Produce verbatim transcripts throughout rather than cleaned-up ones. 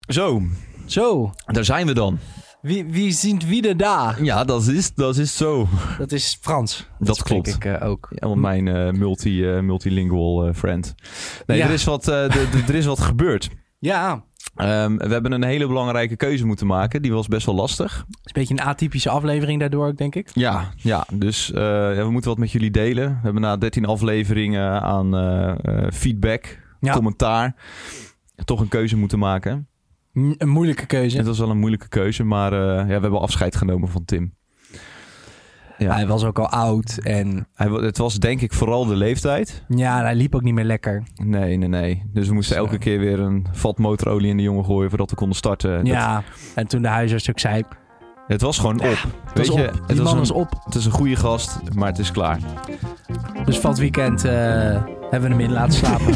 Zo. Zo. Daar zijn we dan. Wie, wie ziet wie er daar? Ja, dat is, dat is zo. Dat is Frans. Dat, dat klopt. Ik uh, ook. Ja, want mijn uh, multi, uh, multilingual uh, friend. Nee, ja. er, is wat, uh, de, de, er is wat gebeurd. Ja. Um, we hebben een hele belangrijke keuze moeten maken. Die was best wel lastig. Het is een beetje een atypische aflevering daardoor ook, denk ik. Ja, ja dus uh, ja, we moeten wat met jullie delen. We hebben na dertien afleveringen aan uh, uh, feedback, ja. commentaar, toch een keuze moeten maken. Een moeilijke keuze. Het was wel een moeilijke keuze, maar uh, ja, we hebben afscheid genomen van Tim. Ja. Hij was ook al oud en... Hij, het was denk ik vooral de leeftijd. Ja, hij liep ook niet meer lekker. Nee, nee, nee. Dus we moesten Zo. elke keer weer een vat motorolie in de jongen gooien voordat we konden starten. Ja, dat... en toen de huisarts ook zei... Het was gewoon op. Ja, het Weet was je, op. Die het was man een, is op. Het is een goede gast, maar het is klaar. Dus van het weekend uh, hebben we hem in laten slapen.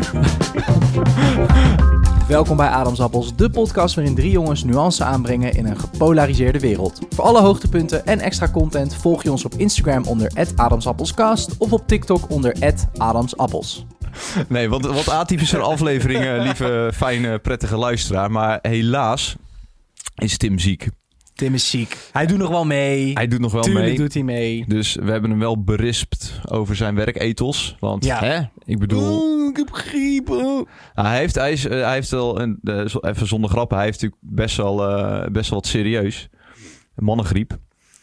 Welkom bij Adamsappels, de podcast waarin drie jongens nuance aanbrengen in een gepolariseerde wereld. Voor alle hoogtepunten en extra content volg je ons op Instagram onder at adamsappelscast of op TikTok onder at adamsappels. Nee, wat, wat atypische afleveringen, lieve, fijne, prettige luisteraar. Maar helaas is Tim ziek. Tim is ziek. Hij doet nog wel mee. Hij doet nog wel Tuurlijk mee. doet hij mee. Dus we hebben hem wel berispt over zijn werkethos. Want, ja. hè, ik bedoel... Oh, ik heb griep. Oh. Hij heeft, hij, is, uh, hij heeft wel, een, uh, even zonder grappen, hij heeft natuurlijk best wel, uh, best wel wat serieus. Mannengriep.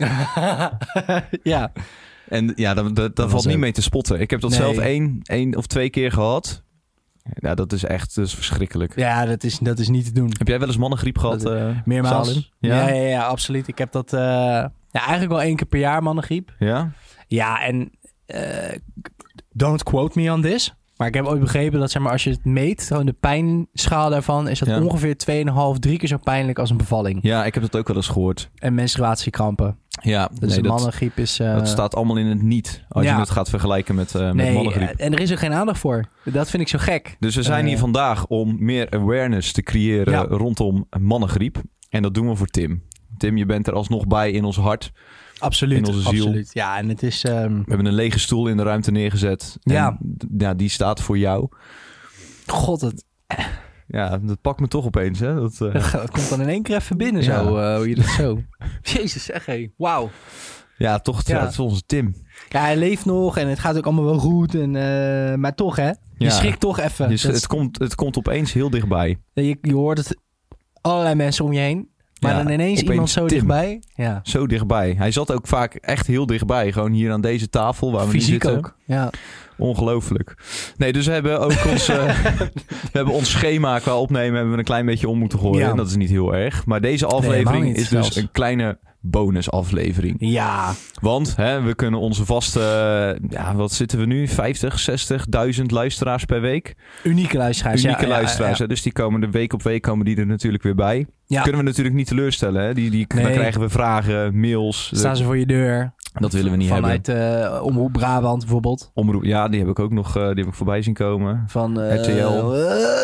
Ja. En ja, daar, daar, daar valt niet mee te spotten. Ik heb dat nee. zelf één, één of twee keer gehad. Ja, dat is echt dat is verschrikkelijk. Ja, dat is, dat is niet te doen. Heb jij wel eens mannengriep gehad? Uh, uh, Meermaals. Ja? Ja, ja, ja, absoluut. Ik heb dat uh, ja, eigenlijk wel één keer per jaar mannengriep. Ja? Ja, en uh, don't quote me on this. Maar ik heb ooit begrepen dat, zeg maar, als je het meet, gewoon de pijnschaal daarvan, is dat ja. ongeveer twee komma vijf, drie keer zo pijnlijk als een bevalling. Ja, ik heb dat ook wel eens gehoord. En menstruatiekrampen. Ja, dus nee, de dat, mannengriep is... Uh... dat staat allemaal in het niet, als ja. je het gaat vergelijken met, uh, nee, met mannengriep. En er is er geen aandacht voor. Dat vind ik zo gek. Dus we zijn uh... hier vandaag om meer awareness te creëren ja. rondom mannengriep. En dat doen we voor Tim. Tim, je bent er alsnog bij in ons hart. Absoluut, in onze ziel. absoluut. Ja, en het is... Um... We hebben een lege stoel in de ruimte neergezet. En ja. ja, die staat voor jou. God, het... Ja, dat pakt me toch opeens, hè? Dat, uh... dat komt dan in één keer even binnen, ja. zo. Uh, hoe je dat zo... Jezus, zeg hé. Hey. Wauw. Ja, toch. Ja. Ja, het is onze Tim. Ja, hij leeft nog en het gaat ook allemaal wel goed. En, uh, maar toch, hè? Je ja. schrikt toch even. Je, het, is... komt, het komt opeens heel dichtbij. Je, je hoort het allerlei mensen om je heen. Maar ja, dan ineens iemand zo Tim. dichtbij. Ja. Zo dichtbij. Hij zat ook vaak echt heel dichtbij. Gewoon hier aan deze tafel waar we Fysiek nu zitten. Ook, ja. Ongelooflijk. Nee, dus we hebben ook ons, uh, we hebben ons schema qua opnemen hebben we een klein beetje om moeten gooien. Ja. En dat is niet heel erg. Maar deze aflevering nee, is dus zelfs. een kleine bonusaflevering. Ja. Want hè, we kunnen onze vaste, uh, ja, wat zitten we nu? vijftig, zestigduizend luisteraars per week. Unieke luisteraars. Unieke ja, luisteraars. Ja, ja. Dus die komen de week op week komen die er natuurlijk weer bij. Ja. Kunnen we natuurlijk niet teleurstellen. Hè? Die, die, nee. Dan krijgen we vragen, mails. Staan ze voor je deur. Dat willen we niet Vanuit, hebben. Vanuit uh, Omroep Brabant bijvoorbeeld. Omroep, ja, die heb ik ook nog uh, die heb ik voorbij zien komen. Van uh, R T L.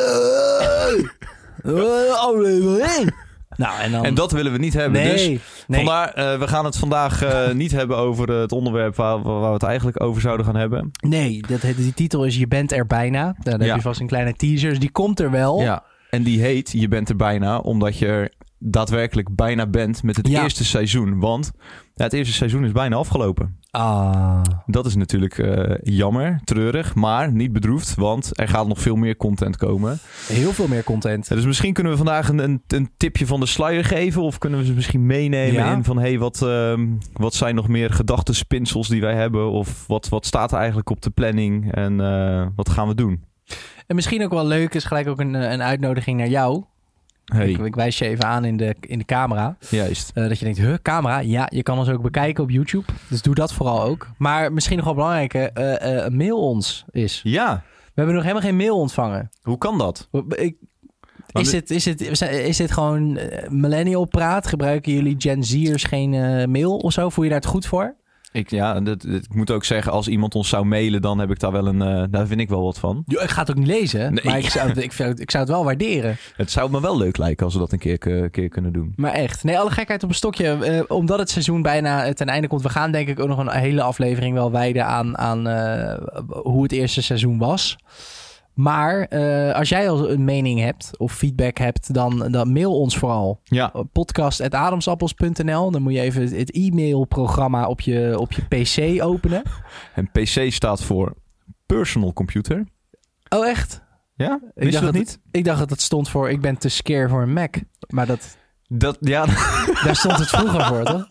Aflevering. Nou, en, dan... en dat willen we niet hebben. Nee, dus nee. vandaar, uh, we gaan het vandaag uh, niet hebben over het onderwerp waar, waar we het eigenlijk over zouden gaan hebben. Nee, dat, die titel is Je bent er bijna. Dan heb ja. je vast een kleine teaser. Dus die komt er wel. Ja, en die heet Je bent er bijna, omdat je er daadwerkelijk bijna bent met het ja. eerste seizoen. Want ja, het eerste seizoen is bijna afgelopen. Ah. Dat is natuurlijk uh, jammer, treurig, maar niet bedroefd. Want er gaat nog veel meer content komen. Heel veel meer content. Ja, dus misschien kunnen we vandaag een, een, een tipje van de sluier geven. Of kunnen we ze misschien meenemen ja. in van... Hey, wat, uh, wat zijn nog meer gedachtenspinsels die wij hebben? Of wat, wat staat er eigenlijk op de planning? En uh, wat gaan we doen? En misschien ook wel leuk is gelijk ook een, een uitnodiging naar jou. Hey. Ik, ik wijs je even aan in de, in de camera. Juist. Uh, dat je denkt, huh, camera? Ja, je kan ons ook bekijken op YouTube. Dus doe dat vooral ook. Maar misschien nog wel belangrijker, uh, uh, mail ons is. Ja. We hebben nog helemaal geen mail ontvangen. Hoe kan dat? Ik, is, dit, is, dit, is dit gewoon uh, millennial praat? Gebruiken jullie Gen Z'ers geen uh, mail of zo? Voel je daar het goed voor? Ik, ja, dat, dat, ik moet ook zeggen, als iemand ons zou mailen, dan heb ik daar wel een, uh, daar vind ik wel wat van. Jo, ik ga het ook niet lezen, nee. maar ik zou, ik, ik, ik zou het wel waarderen. Het zou me wel leuk lijken als we dat een keer, uh, keer kunnen doen. Maar echt, nee, alle gekheid op een stokje. Uh, omdat het seizoen bijna ten einde komt, we gaan denk ik ook nog een hele aflevering wel wijden aan, aan uh, hoe het eerste seizoen was. Maar uh, als jij al een mening hebt of feedback hebt, dan, dan mail ons vooral. Ja. podcast at adamsappels punt n l. Dan moet je even het e-mailprogramma op je, op je P C openen. En P C staat voor personal computer. Oh, echt? Ja? Ik Wist dacht je dat dat niet? Het, ik dacht dat het stond voor ik ben te scare voor een Mac. Maar dat... Dat, ja. Daar stond het vroeger voor, toch?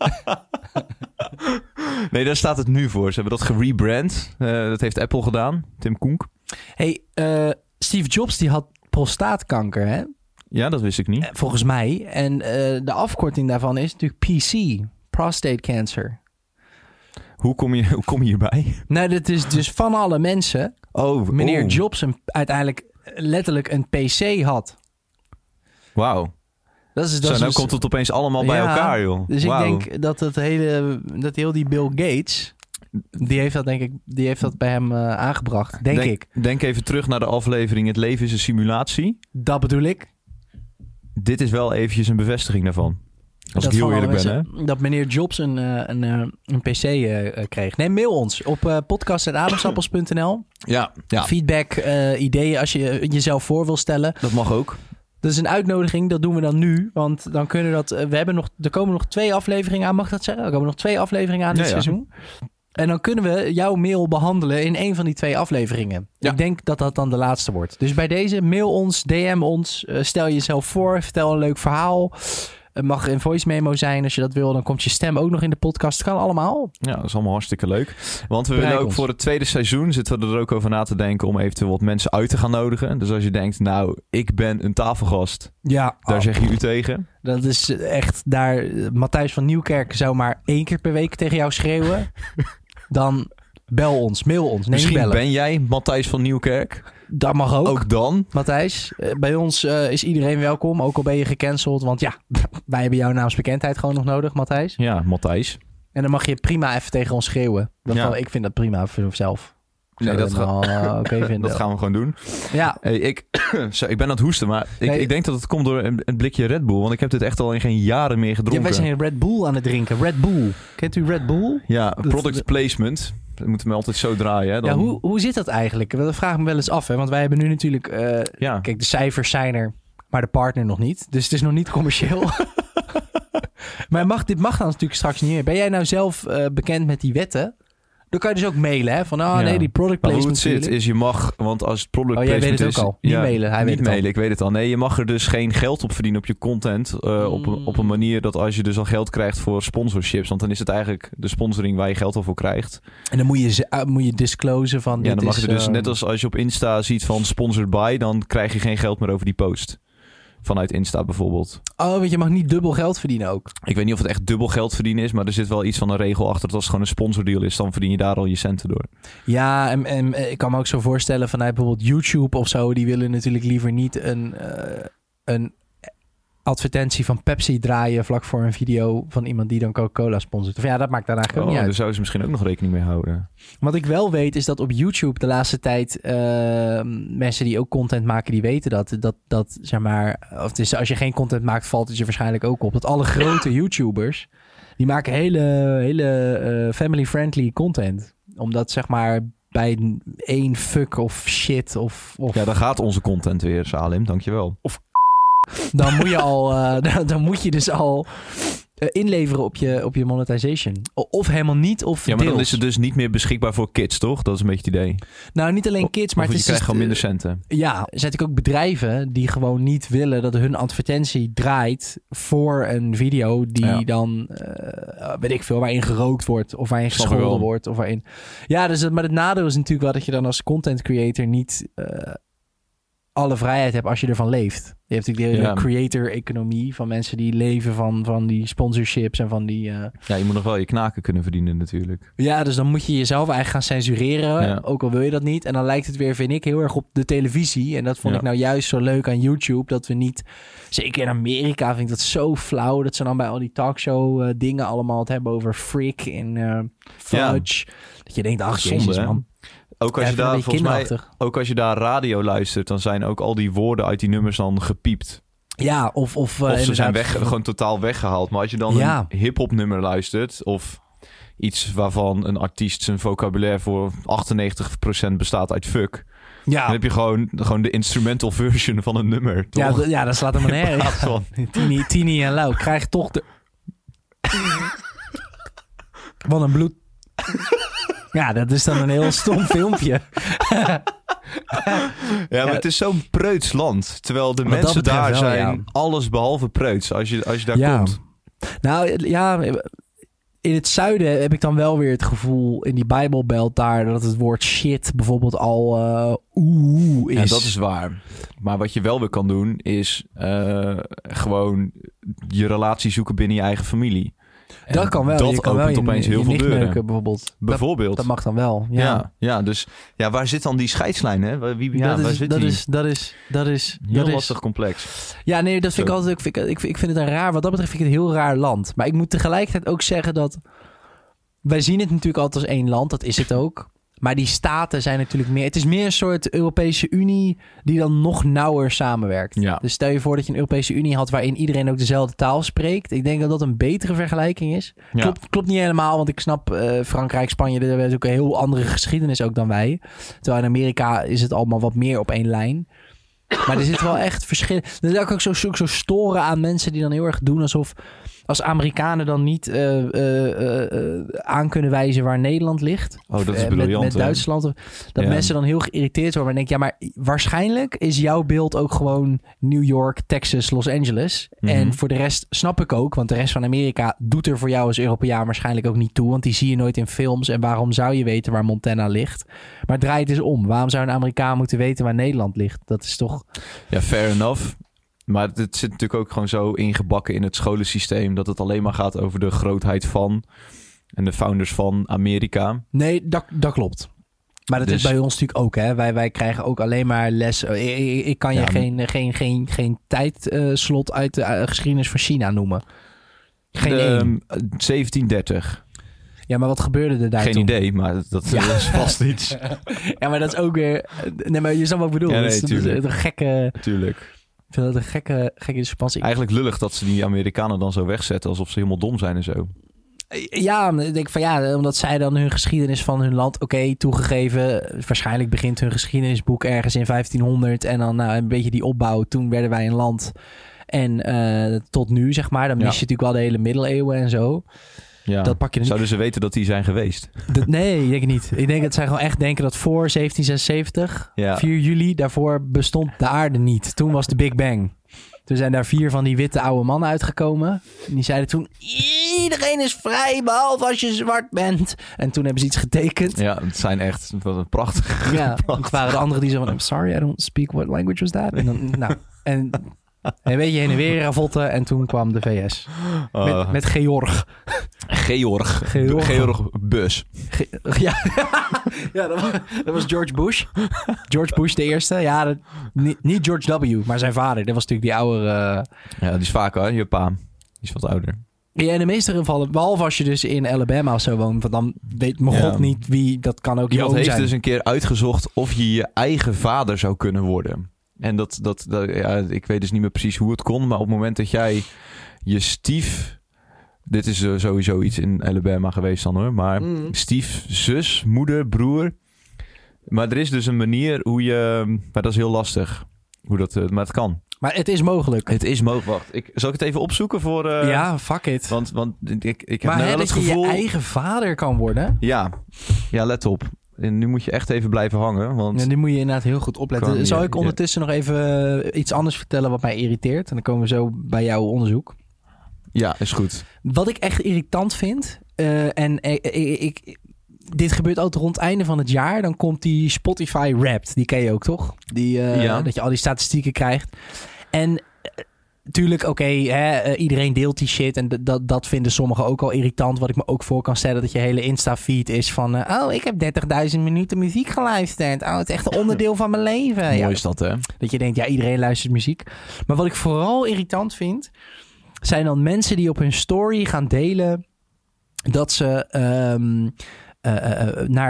Nee, daar staat het nu voor. Ze hebben dat gerebrand. Uh, dat heeft Apple gedaan. Tim Cook. Hey, uh, Steve Jobs die had prostaatkanker, hè? Ja, dat wist ik niet. Volgens mij. En uh, de afkorting daarvan is natuurlijk P C. Prostate cancer. Hoe kom je, hoe kom je hierbij? Nou, dat is dus van alle mensen... Oh, meneer oh. Jobs een, uiteindelijk letterlijk een P C had. Wauw. Dat is, dat Zo, is nou dus, komt het opeens allemaal bij ja, elkaar, joh. Dus wow. ik denk dat het hele, dat heel die Bill Gates, die heeft dat denk ik, die heeft dat bij hem uh, aangebracht, denk, denk ik. Denk even terug naar de aflevering Het leven is een simulatie. Dat bedoel ik. Dit is wel eventjes een bevestiging daarvan. Als dat ik heel eerlijk mensen, ben, hè. Dat meneer Jobs een, een, een, een P C uh, kreeg. Nee, mail ons op uh, podcast at adamsappels punt n l. Ja, ja. Feedback, uh, ideeën als je jezelf voor wil stellen. Dat mag ook. Dat is een uitnodiging, dat doen we dan nu. Want dan kunnen dat... We hebben nog, er komen nog twee afleveringen aan, mag ik dat zeggen? Er komen nog twee afleveringen aan dit ja, ja. seizoen. En dan kunnen we jouw mail behandelen in een van die twee afleveringen. Ja. Ik denk dat dat dan de laatste wordt. Dus bij deze, mail ons, D M ons, uh, stel jezelf voor, vertel een leuk verhaal. Het mag een voice memo zijn als je dat wil. Dan komt je stem ook nog in de podcast. Het kan allemaal. Ja, dat is allemaal hartstikke leuk. Want we Bereik willen ook ons. voor het tweede seizoen... zitten we er ook over na te denken... om eventueel wat mensen uit te gaan nodigen. Dus als je denkt, nou, ik ben een tafelgast. Ja. Daar oh. zeg je u tegen. Dat is echt daar... Matthijs van Nieuwkerk zou maar één keer per week tegen jou schreeuwen. Dan bel ons, mail ons. Nee, Misschien bellen. ben jij Matthijs van Nieuwkerk. Dat mag ook. Ook dan. Matthijs, bij ons uh, is iedereen welkom. Ook al ben je gecanceld. Want ja, wij hebben jouw naamsbekendheid gewoon nog nodig, Matthijs. Ja, Matthijs. En dan mag je prima even tegen ons schreeuwen. Ja. Ik vind dat prima voor mezelf. Nee, dat, ga... nou, uh, okay vinden. dat gaan we gewoon doen. Ja. Hey, ik, zo, ik ben aan het hoesten, maar ik, nee. ik denk dat het komt door een, een blikje Red Bull. Want ik heb dit echt al in geen jaren meer gedronken. Ja, wij zijn Red Bull aan het drinken. Red Bull. Kent u Red Bull? Ja, dat, product placement. Dat moeten we altijd zo draaien. Hè, dan... Ja, hoe, hoe zit dat eigenlijk? Dat vraag ik me wel eens af. Hè? Want wij hebben nu natuurlijk... Uh, ja. Kijk, de cijfers zijn er, maar de partner nog niet. Dus het is nog niet commercieel. Maar mag, dit mag dan natuurlijk straks niet meer. Ben jij nou zelf uh, bekend met die wetten? Dan kan je dus ook mailen, hè? Van, oh ja. nee, die product placement... Maar hoe het zit, is je mag... Want als het product oh, placement jij weet het is, ook al. Niet ja, mailen, hij niet weet het mailen, al. ik weet het al. Nee, je mag er dus geen geld op verdienen op je content. Uh, mm. op, op een manier dat als je dus al geld krijgt voor sponsorships... Want dan is het eigenlijk de sponsoring waar je geld al voor krijgt. En dan moet je, uh, moet je disclosen van... Ja, dit dan mag is, je dus uh, net als als je op Insta ziet van sponsored by... Dan krijg je geen geld meer over die post. Vanuit Insta bijvoorbeeld. Oh, want je mag niet dubbel geld verdienen ook. Ik weet niet of het echt dubbel geld verdienen is... maar er zit wel iets van een regel achter... dat als het gewoon een sponsordeal is... dan verdien je daar al je centen door. Ja, en, en ik kan me ook zo voorstellen... vanuit bijvoorbeeld YouTube of zo... die willen natuurlijk liever niet een, uh, een advertentie van Pepsi draaien... vlak voor een video van iemand die dan Coca-Cola sponsort. Of ja, dat maakt daar eigenlijk oh, ook niet uit. Daar zouden ze misschien ook nog rekening mee houden. Wat ik wel weet is dat op YouTube de laatste tijd... Uh, mensen die ook content maken, die weten dat. Dat, dat zeg maar... Of dus als je geen content maakt, valt het je waarschijnlijk ook op. Dat alle grote YouTubers... die maken hele, hele uh, family-friendly content. Omdat zeg maar... bij één fuck of shit of... of... Ja, dan gaat onze content weer, Salim. Dankjewel. Of dan moet je al... Uh, dan, dan moet je dus al... Uh, inleveren op je, op je monetization. Of helemaal niet, of ja, maar deels. Dan is het dus niet meer beschikbaar voor kids, toch? Dat is een beetje het idee. Nou, niet alleen kids, maar of het je is... krijgt gewoon minder centen. Ja, er zijn natuurlijk ook bedrijven die gewoon niet willen dat hun advertentie draait voor een video die ja. dan, uh, weet ik veel, waarin gerookt wordt of waarin gescholden wordt. Of waarin... Ja, dus het, maar het nadeel is natuurlijk wel dat je dan als content creator niet... Uh, alle vrijheid hebt als je ervan leeft. Je hebt natuurlijk de hele ja. creator-economie van mensen die leven van, van die sponsorships en van die... Uh... Ja, je moet nog wel je knaken kunnen verdienen natuurlijk. Ja, dus dan moet je jezelf eigenlijk gaan censureren, ja. ook al wil je dat niet. En dan lijkt het weer, vind ik, heel erg op de televisie. En dat vond ja. ik nou juist zo leuk aan YouTube, dat we niet... Zeker in Amerika vind ik dat zo flauw, dat ze dan bij al die talkshow uh, dingen allemaal het hebben over frick en uh, fudge. Ja. Dat je denkt, ach, zonde, jezus, man. Ook als, je daar, volgens mij, ook als je daar radio luistert, dan zijn ook al die woorden uit die nummers dan gepiept. Ja, of... Of, uh, of ze zijn weg, gewoon totaal weggehaald. Maar als je dan ja. een hip-hop nummer luistert, of iets waarvan een artiest zijn vocabulaire voor achtennegentig procent bestaat uit fuck, Ja. Dan heb je gewoon, gewoon de instrumental version van een nummer, toch? Ja, d- ja dat slaat helemaal nergens. Van... Tini, Tini en Lau krijg toch de... Wat een bloed... Ja, dat is dan een heel stom filmpje. Ja, maar het is zo'n preuts land. Terwijl de Wat mensen dat daar betreft wel, zijn ja. alles behalve preuts. Als je, als je daar Ja. komt. Nou, ja... In het zuiden heb ik dan wel weer het gevoel... in die Bijbelbelt daar... dat het woord shit bijvoorbeeld al... Uh, oeh is. Ja, dat is waar. Maar wat je wel weer kan doen... is uh, gewoon je relatie zoeken binnen je eigen familie. Dat en kan wel. Dat je kan opent wel je, opeens je heel veel deuren. nichtneuken bijvoorbeeld. Bijvoorbeeld. Dat, dat mag dan wel. Ja, ja, ja, dus ja, waar zit dan die scheidslijn? Hè? Wie, ja, dat, waar is, zit dat, die? is, dat is... Dat is... Heel dat lastig is, complex. Ja, nee, dat vind Zo. ik altijd... Ik vind, ik, ik vind het een raar... Wat dat betreft vind ik het een heel raar land. Maar ik moet tegelijkertijd ook zeggen dat... Wij zien het natuurlijk altijd als één land. Dat is het ook. Maar die staten zijn natuurlijk meer... Het is meer een soort Europese Unie... die dan nog nauwer samenwerkt. Ja. Dus stel je voor dat je een Europese Unie had... waarin iedereen ook dezelfde taal spreekt. Ik denk dat dat een betere vergelijking is. Ja. Klopt, klopt niet helemaal, want ik snap... Uh, Frankrijk, Spanje, daar hebben ook een heel andere geschiedenis ook dan wij. Terwijl in Amerika is het allemaal wat meer op één lijn. Maar er zit wel echt verschillen. Er is ook, ook zo, zo, zo storen aan mensen die dan heel erg doen alsof... Als Amerikanen dan niet uh, uh, uh, aan kunnen wijzen waar Nederland ligt. Oh, dat is uh, briljant. Met, met Duitsland. Of, dat ja. mensen dan heel geïrriteerd worden. Maar dan denk ik, ja, maar waarschijnlijk is jouw beeld ook gewoon New York, Texas, Los Angeles. Mm-hmm. En voor de rest snap ik ook. Want de rest van Amerika doet er voor jou als Europeaan waarschijnlijk ook niet toe. Want die zie je nooit in films. En waarom zou je weten waar Montana ligt? Maar draai het eens om. Waarom zou een Amerikaan moeten weten waar Nederland ligt? Dat is toch... Ja, fair enough. Maar het zit natuurlijk ook gewoon zo ingebakken in het scholensysteem... dat het alleen maar gaat over de grootheid van... en de founders van Amerika. Nee, dat, dat klopt. Maar dat dus, is bij ons natuurlijk ook. Hè? Wij, wij krijgen ook alleen maar les. Ik, ik kan je ja, geen, geen, geen, geen tijdslot uit de uh, geschiedenis van China noemen. Geen de, één. zeventien dertig. Ja, maar wat gebeurde er daar Geen toen? idee, maar dat, ja. dat is vast iets. Ja, maar dat is ook weer... Nee, maar je snapt wat ik bedoel. Ja, nee, dat is, dat is een gekke... Tuurlijk. Ik vind dat een gekke, gekke discrepantie. Eigenlijk lullig dat ze die Amerikanen dan zo wegzetten... alsof ze helemaal dom zijn en zo. Ja, ik denk van ja, omdat zij dan hun geschiedenis van hun land... Oké, okay, toegegeven, waarschijnlijk begint hun geschiedenisboek ergens in vijftienhonderd... en dan nou, een beetje die opbouw. Toen werden wij een land. En uh, tot nu, zeg maar. Dan mis ja. je natuurlijk wel de hele middeleeuwen en zo. Ja. Dat pak je niet. Zouden ze weten dat die zijn geweest? De, nee, ik denk het niet. Ik denk dat zij gewoon echt denken dat voor zeventien zesenzeventig, ja. vier juli, daarvoor bestond de aarde niet. Toen was de Big Bang. Toen zijn daar vier van die witte oude mannen uitgekomen. En die zeiden toen, iedereen is vrij, behalve als je zwart bent. En toen hebben ze iets getekend. Ja, het zijn echt, het was een prachtig. Ja, prachtig. het waren de anderen die zo van, I'm sorry, I don't speak, what language was that? En dan, nou, en... Een beetje heen en weer ravotten en toen kwam de V S. Uh, met, met Georg. Georg. Georg. Georg Bush. Ge- ja, ja dat, was, dat was George Bush. George Bush de eerste. Ja, dat, niet, niet George W, maar zijn vader. Dat was natuurlijk die oude... Uh... Ja, die is vaak hoor, je pa. Die is wat ouder. Ja, in de meeste gevallen, behalve als je dus in Alabama of zo woont, dan weet mijn god ja. niet wie, dat kan ook je oom zijn. Iemand heeft dus een keer uitgezocht of je je eigen vader zou kunnen worden. En dat, dat, dat ja, ik weet dus niet meer precies hoe het kon, maar op het moment dat jij je stief... Dit is uh, sowieso iets in Alabama geweest dan hoor, maar mm. stief, zus, moeder, broer. Maar er is dus een manier hoe je... Maar dat is heel lastig, hoe dat, uh, maar het kan. Maar het is mogelijk. Het is mogelijk. Wacht, ik, zal ik het even opzoeken voor... Uh, ja, fuck it. Want, want ik, ik heb maar nou hè, het dat gevoel... je je eigen vader kan worden? Ja, ja, let op. En nu moet je echt even blijven hangen. Want... Ja, nu moet je inderdaad heel goed opletten. Kan, Zal ik ondertussen ja. nog even iets anders vertellen wat mij irriteert? En dan komen we zo bij jouw onderzoek. Ja, is goed. Wat ik echt irritant vind... Uh, en ik, ik, ik, dit gebeurt altijd rond het einde van het jaar. Dan komt die Spotify Wrapped. Die ken je ook, toch? Die, uh, ja. Dat je al die statistieken krijgt. En... Tuurlijk, oké, okay, uh, iedereen deelt die shit en d- dat, dat vinden sommigen ook al irritant. Wat ik me ook voor kan stellen, dat je hele Insta-feed is van... Uh, oh, ik heb dertigduizend minuten muziek geluisterd. Oh, het is echt een onderdeel van mijn leven. Mooi ja, is dat, hè? Dat je denkt, ja, iedereen luistert muziek. Maar wat ik vooral irritant vind, zijn dan mensen die op hun story gaan delen... dat ze um, uh, uh, naar...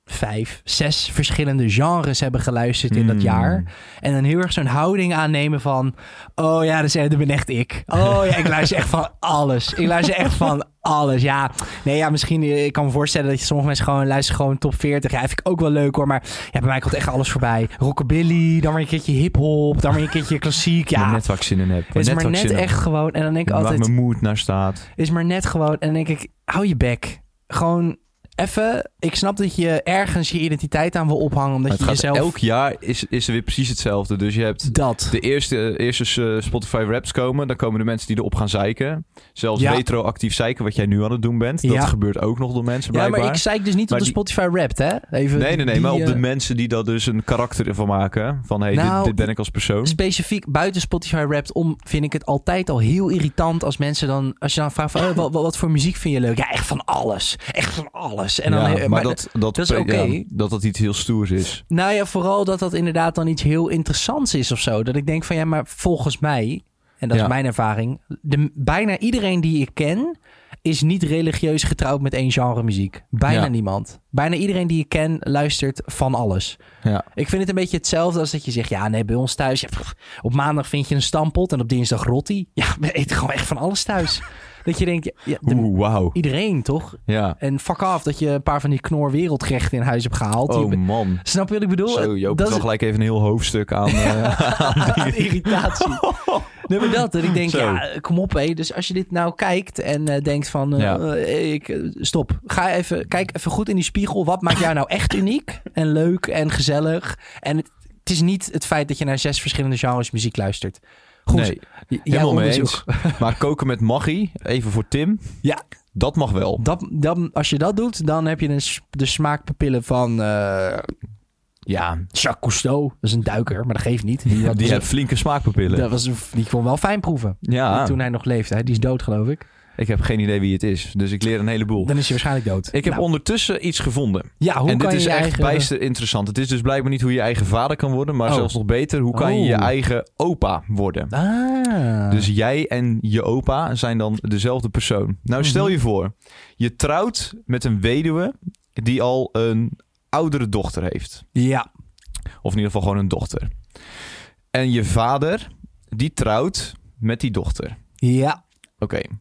vijf, zes verschillende genres hebben geluisterd in mm. dat jaar. En dan heel erg zo'n houding aannemen van... oh ja, dat ben echt ik. Oh ja, ik luister echt van alles. Ik luister echt van alles. Ja, nee, ja, misschien... Ik kan me voorstellen dat je sommige mensen gewoon luisteren gewoon top veertig. Ja, vind ik ook wel leuk hoor. Maar ja, bij mij komt echt alles voorbij. Rockabilly, dan weer een keertje hiphop, dan weer een keertje klassiek. Ja, net wat ik zin in heb. Is net maar net echt gewoon... En dan denk ik altijd... waar mijn mood naar staat. Is maar net gewoon... En dan denk ik, hou je bek. Gewoon... Even, ik snap dat je ergens je identiteit aan wil ophangen. Omdat je jezelf... Elk jaar is, is er weer precies hetzelfde. Dus je hebt dat. de eerste, eerste uh, Spotify Raps komen. Dan komen de mensen die erop gaan zeiken. Zelfs ja. retroactief zeiken, wat jij nu aan het doen bent. Dat ja. gebeurt ook nog door mensen blijkbaar. Ja, maar ik zeik dus niet maar op de die... Spotify Wrapped, hè? Even nee, nee, nee. Die, maar op uh... de mensen die daar dus een karakter van maken. Van, hé, hey, nou, dit, dit ben ik als persoon. Specifiek buiten Spotify Wrapped om vind ik het altijd al heel irritant als mensen dan... Als je dan vraagt, van, oh, wat, wat voor muziek vind je leuk? Ja, echt van alles. Echt van alles. En dan... Ja, maar Maar dat, dat, dat is oké. Okay. Ja, dat dat iets heel stoers is. Nou ja, vooral dat dat inderdaad dan iets heel interessants is of zo. Dat ik denk van ja, maar volgens mij, en dat ja. is mijn ervaring, de, bijna iedereen die ik ken is niet religieus getrouwd met één genre muziek. Bijna ja. niemand. Bijna iedereen die ik ken luistert van alles. Ja. Ik vind het een beetje hetzelfde als dat je zegt, ja nee, bij ons thuis, ja, pff, op maandag vind je een stampot en op dinsdag rotti. Ja, we eten gewoon echt van alles thuis. Dat je denkt, ja, de, Oeh, wow. iedereen toch? Ja. En fuck af dat je een paar van die knor wereldgerechten in huis hebt gehaald. Oh die, man. Snap je wat ik bedoel? Zo, je opent wel is... gelijk even een heel hoofdstuk aan, uh, aan die... irritatie. Nee, maar dat. Dat ik denk, Zo. ja, kom op hé. Dus als je dit nou kijkt en uh, denkt van, uh, ja. uh, ik, uh, stop. Ga even, kijk even goed in die spiegel. Wat maakt jou nou echt uniek en leuk en gezellig? En het, het is niet het feit dat je naar zes verschillende genres muziek luistert. Goed, nee, helemaal mee eens. Maar koken met magie, even voor Tim. Ja. Dat mag wel. Dat, dat, als je dat doet, dan heb je de, de smaakpapillen van... Uh, ja, Jacques Cousteau. Dat is een duiker, maar dat geeft niet. Die, die, die heeft flinke smaakpapillen. Dat was, die kon wel fijn proeven. Ja. Toen hij nog leefde. Hè? Die is dood, geloof ik. Ik heb geen idee wie het is, dus ik leer een heleboel. Dan is hij waarschijnlijk dood. Ik heb nou. ondertussen iets gevonden. Ja, hoe en kan dit is je echt eigen... bijster interessant. Het is dus blijkbaar niet hoe je eigen vader kan worden, maar oh. zelfs nog beter, hoe kan oh. je je eigen opa worden? Ah. Dus jij en je opa zijn dan dezelfde persoon. Nou, stel je voor, je trouwt met een weduwe die al een oudere dochter heeft. Ja. Of in ieder geval gewoon een dochter. En je vader, die trouwt met die dochter. Ja. Oké. Okay.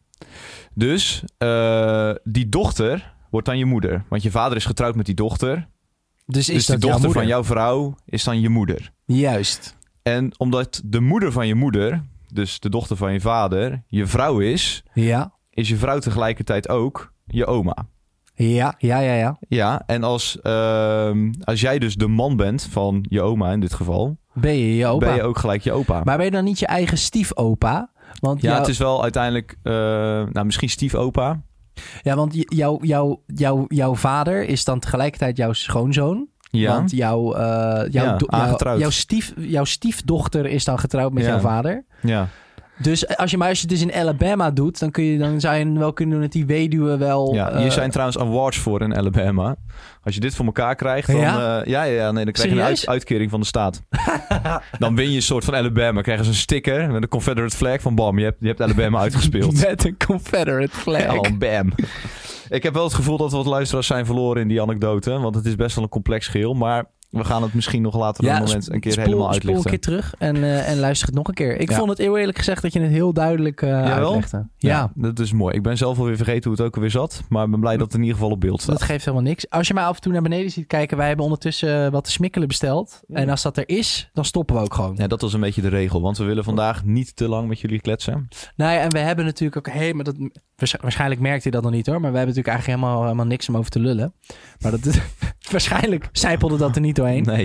Dus uh, die dochter wordt dan je moeder. Want je vader is getrouwd met die dochter. Dus is dus dat de dochter jouw van jouw vrouw is dan je moeder. Juist. En omdat de moeder van je moeder, dus de dochter van je vader, je vrouw is... Ja. Is je vrouw tegelijkertijd ook je oma. Ja, ja, ja, ja. Ja, en als, uh, als jij dus de man bent van je oma in dit geval... Ben je je opa. Ben je ook gelijk je opa. Maar ben je dan niet je eigen stiefopa? Want ja, jou... het is wel uiteindelijk... Uh, nou, misschien stiefopa. Ja, want jouw jou, jou, jou vader is dan tegelijkertijd jouw schoonzoon. Ja. Want jouw, uh, jouw, ja, do- jouw, jouw, stief, jouw stiefdochter is dan getrouwd met ja. jouw vader. Ja. Dus als je maar als je het dus in Alabama doet, dan kun je dan zou je wel kunnen doen dat die weduwe wel. Ja, hier uh, zijn trouwens awards voor in Alabama. Als je dit voor elkaar krijgt, dan ja, uh, ja, ja, nee, dan krijg je een uit, uitkering van de staat. Dan win je een soort van Alabama. Krijgen ze een sticker met een Confederate flag van bam, je hebt, je hebt Alabama uitgespeeld. Met een Confederate flag. Ja, oh, bam. Ik heb wel het gevoel dat we wat luisteraars zijn verloren in die anekdote, want het is best wel een complex geheel, maar we gaan het misschien nog later ja, op een moment een keer spoel, helemaal uitlichten. Spoel een keer terug en, uh, en luister het nog een keer. Ik ja. vond het heel eerlijk gezegd dat je het heel duidelijk uh, Jawel? uitlegde. Ja. ja, dat is mooi. Ik ben zelf alweer vergeten hoe het ook alweer zat, maar ik ben blij dat het in ieder geval op beeld staat. Dat geeft helemaal niks. Als je mij af en toe naar beneden ziet kijken, wij hebben ondertussen wat te smikkelen besteld. Ja. En als dat er is, dan stoppen we ook gewoon. Ja, dat was een beetje de regel, want we willen vandaag niet te lang met jullie kletsen. Nou ja, en we hebben natuurlijk ook, hey, maar dat, waarschijnlijk merkt u dat nog niet hoor, maar we hebben natuurlijk eigenlijk helemaal, helemaal niks om over te lullen. Maar dat, waarschijnlijk zijpelde dat er niet doorheen. Nee.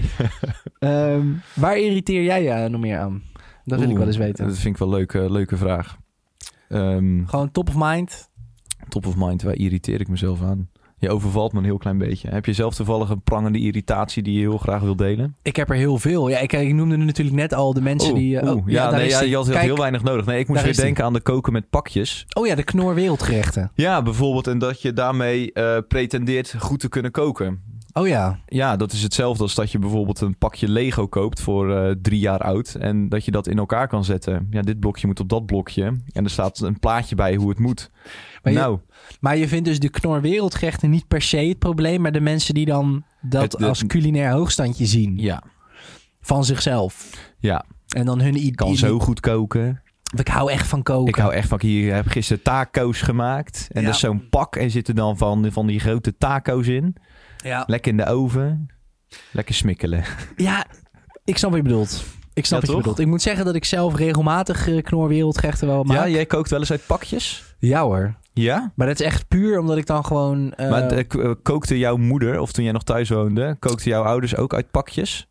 um, waar irriteer jij je nog meer aan? Dat wil Oeh, ik wel eens weten. Dat vind ik wel een leuke, leuke vraag. Um, Gewoon top of mind? Top of mind, waar irriteer ik mezelf aan? Je overvalt me een heel klein beetje. Heb je zelf toevallig een prangende irritatie die je heel graag wil delen? Ik heb er heel veel. Ja, ik, ik noemde natuurlijk net al de mensen oeh, die... Uh, oeh, oh, ja, ja, nee, ja, je had Kijk, heel weinig nodig. Nee, ik moest weer denken die. aan de koken met pakjes. Oh ja, de knor wereldgerechten. Ja, bijvoorbeeld. En dat je daarmee uh, pretendeert goed te kunnen koken. Oh ja. Ja, dat is hetzelfde als dat je bijvoorbeeld een pakje Lego koopt voor uh, drie jaar oud. En dat je dat in elkaar kan zetten. Ja, dit blokje moet op dat blokje. En er staat een plaatje bij hoe het moet. Maar nou. Je, maar je vindt dus de knor wereldgerechten niet per se het probleem. Maar de mensen die dan dat Het, de, als culinair hoogstandje zien. Ja. Van zichzelf. Ja. En dan hun idee. Kan zo goed koken. Ik hou echt van koken. Ik hou echt van... Hier heb gisteren taco's gemaakt. En ja. dat is zo'n pak. En zitten dan van, van die grote taco's in. Ja. Lekker in de oven. Lekker smikkelen. Ja, ik snap wat je bedoelt. Ik snap ja, wat je bedoelt. Ik moet zeggen dat ik zelf regelmatig uh, knorwereldgerechten wel maak. Ja, jij kookt wel eens uit pakjes? Ja hoor. Ja? Maar dat is echt puur omdat ik dan gewoon... Uh... Maar uh, kookte jouw moeder, of toen jij nog thuis woonde... kookte jouw ouders ook uit pakjes?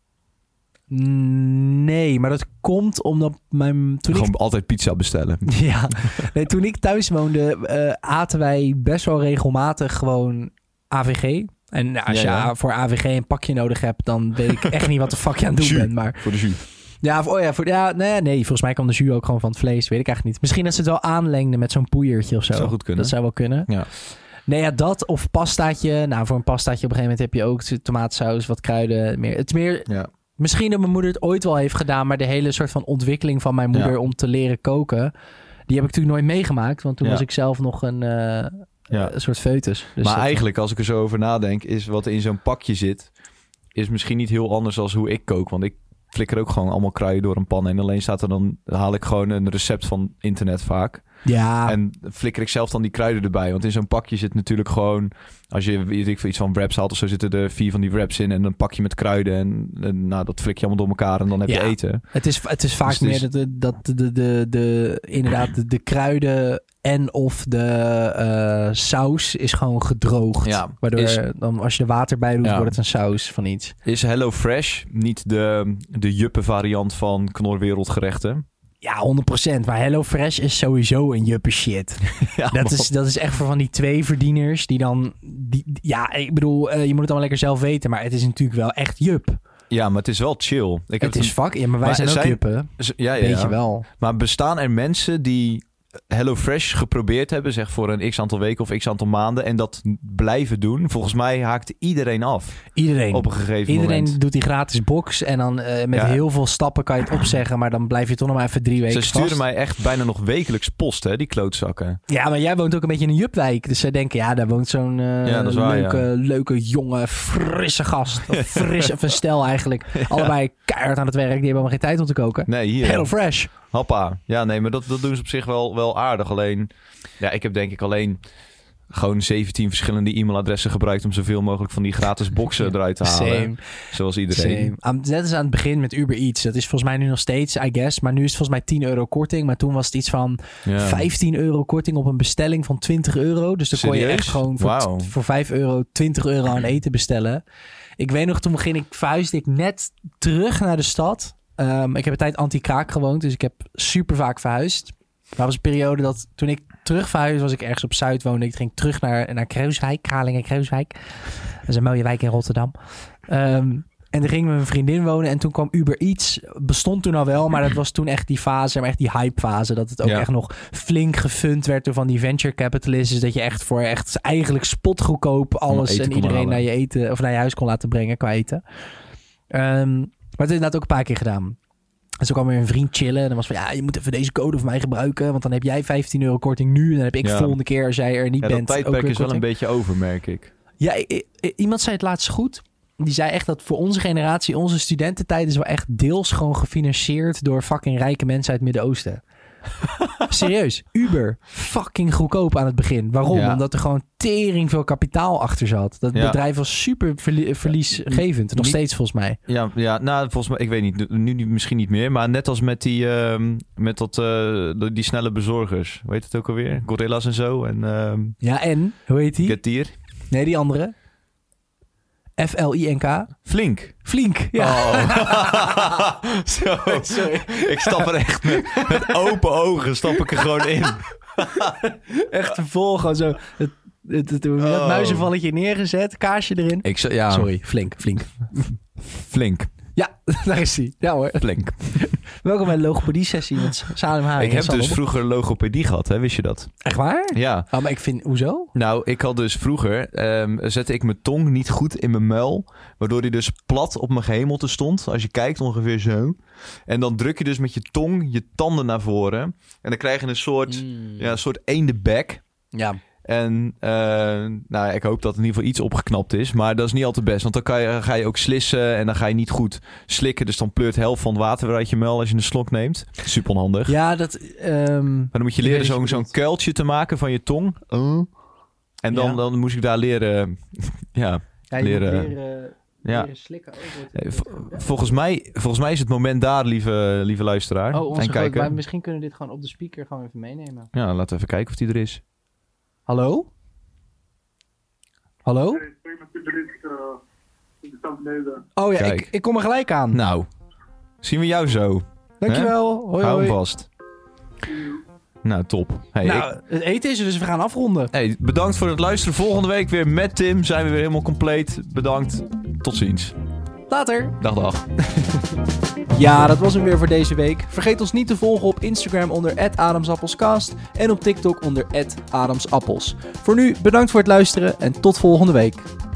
Nee, maar dat komt omdat mijn... Toen Gewoon ik... altijd pizza bestellen. Ja, nee, toen ik thuis woonde uh, aten wij best wel regelmatig gewoon A V G. En nou, als ja, ja. je voor A V G een pakje nodig hebt, dan weet ik echt niet wat de fuck je aan het doen jus. bent. Maar... Voor de jus. Ja, voor, oh ja, voor, ja nee, nee, volgens mij kwam de jus ook gewoon van het vlees. Weet ik eigenlijk niet. Misschien dat ze het wel aanlengden met zo'n poeiertje of zo. Dat zou goed kunnen. Dat zou wel kunnen. Ja. Nee, ja, dat of pastaatje. Nou, voor een pastaatje op een gegeven moment heb je ook tomaatsaus, wat kruiden. Meer. Het is meer... Ja. Misschien dat mijn moeder het ooit wel heeft gedaan, maar de hele soort van ontwikkeling van mijn moeder ja. om te leren koken, die heb ik natuurlijk nooit meegemaakt, want toen ja. was ik zelf nog een, uh, ja. een soort foetus. Dus maar eigenlijk, als ik er zo over nadenk, is wat er in zo'n pakje zit, is misschien niet heel anders dan hoe ik kook, want ik flikker ook gewoon allemaal kruiden door een pan en alleen staat er dan, haal ik gewoon een recept van internet vaak. Ja. En flikker ik zelf dan die kruiden erbij. Want in zo'n pakje zit natuurlijk gewoon... Als je weet ik, iets van wraps haalt of zo... zitten er vier van die wraps in. En een pakje met kruiden. En, en nou, dat flik je allemaal door elkaar. En dan heb ja. je eten. Het is, het is vaak dus meer is... dat, dat de, de, de, de, inderdaad de, de kruiden... en of de uh, saus is gewoon gedroogd. Ja. Waardoor is... dan als je er water bij doet... Ja. wordt het een saus van iets. Is HelloFresh niet de, de juppe variant van knorwereldgerechten? Ja, honderd procent. Maar HelloFresh is sowieso een juppe shit. Ja, dat, is, dat is echt voor van die twee verdieners die dan... Die, ja, ik bedoel, uh, je moet het allemaal lekker zelf weten. Maar het is natuurlijk wel echt jup. Ja, maar het is wel chill. Ik het is fuck. Ja, maar wij maar zijn ook zijn, juppen. Ja, ja, Weet ja. je wel. Maar bestaan er mensen die HelloFresh geprobeerd hebben, zeg voor een x aantal weken of x aantal maanden, en dat blijven doen? Volgens mij haakt iedereen af. Iedereen. Op een gegeven iedereen moment. Iedereen doet die gratis box en dan uh, met ja. heel veel stappen kan je het opzeggen, maar dan blijf je toch nog maar even drie weken Ze sturen vast. mij echt bijna nog wekelijks post, hè, die klootzakken. Ja, maar jij woont ook een beetje in een jupwijk, dus zij denken, ja, daar woont zo'n uh, ja, waar, leuke, ja. leuke, jonge, frisse gast. Of fris, of een stel eigenlijk. Ja. Allebei keihard aan het werk, die hebben allemaal geen tijd om te koken. Nee, hier. HelloFresh. Hoppa. Ja, nee, maar dat, dat doen ze op zich wel, wel aardig. Alleen, ja, ik heb denk ik alleen gewoon zeventien verschillende e-mailadressen gebruikt om zoveel mogelijk van die gratis boxen eruit te halen. Same. Zoals iedereen. Same. Net als aan het begin met Uber Eats. Dat is volgens mij nu nog steeds, I guess. Maar nu is het volgens mij tien euro korting. Maar toen was het iets van ja. vijftien euro korting op een bestelling van twintig euro. Dus dan Serieus? kon je echt gewoon voor, wow. t- voor vijf euro twintig euro aan eten bestellen. Ik weet nog, toen begin ik, verhuisde ik net terug naar de stad. Um, ik heb een tijd anti-kraak gewoond, dus ik heb super vaak verhuisd. Maar was een periode dat toen ik terug verhuisde, was ik ergens op Zuid woonde. Ik ging terug naar, naar Kruiswijk, Kralingen-Kruiswijk. Dat is een mooie wijk in Rotterdam. Um, en toen ging ik met mijn vriendin wonen en toen kwam Uber Eats. Bestond toen al wel, maar dat was toen echt die fase, maar echt die hype fase. Dat het ook ja. echt nog flink gefund werd door van die venture capitalists. Dus dat je echt voor echt eigenlijk spotgoedkoop alles en iedereen halen. naar je eten of naar je huis kon laten brengen qua eten. Um, maar dat heb ik inderdaad ook een paar keer gedaan. Dus toen kwam weer een vriend chillen. En dan was van, ja, je moet even deze code voor mij gebruiken. Want dan heb jij vijftien euro korting nu. En dan heb ik ja. volgende keer, als jij er niet ja, bent, dat tijdperk ook een is wel een beetje over, merk ik. Ja, I- I- iemand zei het laatst goed. Die zei echt dat voor onze generatie, onze studententijd is wel echt deels gewoon gefinancierd door fucking rijke mensen uit het Midden-Oosten. Serieus, Uber, fucking goedkoop aan het begin. Waarom? Ja. Omdat er gewoon tering veel kapitaal achter zat. Dat ja. bedrijf was super verlie- verliesgevend. Nog niet, steeds volgens mij. Ja, ja, nou volgens mij, ik weet niet, nu, nu misschien niet meer. Maar net als met die, uh, met dat, uh, die snelle bezorgers. Hoe heet het ook alweer? Gorilla's en zo. En, uh, ja, en? Hoe heet die? Getir. Nee, die andere. F L I N K. Flink. Flink, ja. Oh. Zo. Sorry. Ik stap er echt met, met open ogen stap ik er gewoon in. Echt te vol, gewoon zo. Het, het, het, het oh. muizenvalletje neergezet, kaarsje erin. Ik zo, ja. Sorry, flink, flink. Flink. Ja, daar is hij. Ja hoor. Flink. Welkom bij de logopedie-sessie met Salem Haring. Ik heb dus vroeger logopedie gehad, hè? Wist je dat? Echt waar? Ja. Oh, maar ik vind, hoezo? Nou, ik had dus vroeger, um, zette ik mijn tong niet goed in mijn muil, waardoor die dus plat op mijn gehemelte stond. Als je kijkt, ongeveer zo. En dan druk je dus met je tong je tanden naar voren. En dan krijg je een soort, mm. ja, een soort eendebek. Ja. En uh, nou, ik hoop dat in ieder geval iets opgeknapt is. Maar dat is niet altijd best. Want dan kan je, ga je ook slissen en dan ga je niet goed slikken. Dus dan pleurt de helft van het water weer uit je muil als je een slok neemt. Super onhandig. Ja, dat... Um, maar dan moet je leren zo'n, zo'n kuiltje te maken van je tong. Uh. En dan, ja. dan moest ik daar leren... ja, ja, leren... leren Ja. Slikken Hey, v- volgens, mij, volgens mij is het moment daar, lieve, lieve luisteraar. Oh, onze en groot, kijken. maar misschien kunnen we dit gewoon op de speaker gewoon even meenemen. Ja, laten we even kijken of die er is. Hallo? Hallo? Nee, ik ben natuurlijk uh, in de beneden. Oh ja, ik, ik kom er gelijk aan. Nou, zien we jou zo. Dankjewel. Hoi, Hou hoi. hem vast. Nou, top. Hey, nou, ik... het eten is er, dus we gaan afronden. Hey, bedankt voor het luisteren. Volgende week weer met Tim. Zijn we weer helemaal compleet. Bedankt. Tot ziens. Later. Dag, dag. Ja, dat was hem weer voor deze week. Vergeet ons niet te volgen op Instagram onder at adamsappelscast en op TikTok onder at adamsappels. Voor nu, bedankt voor het luisteren en tot volgende week.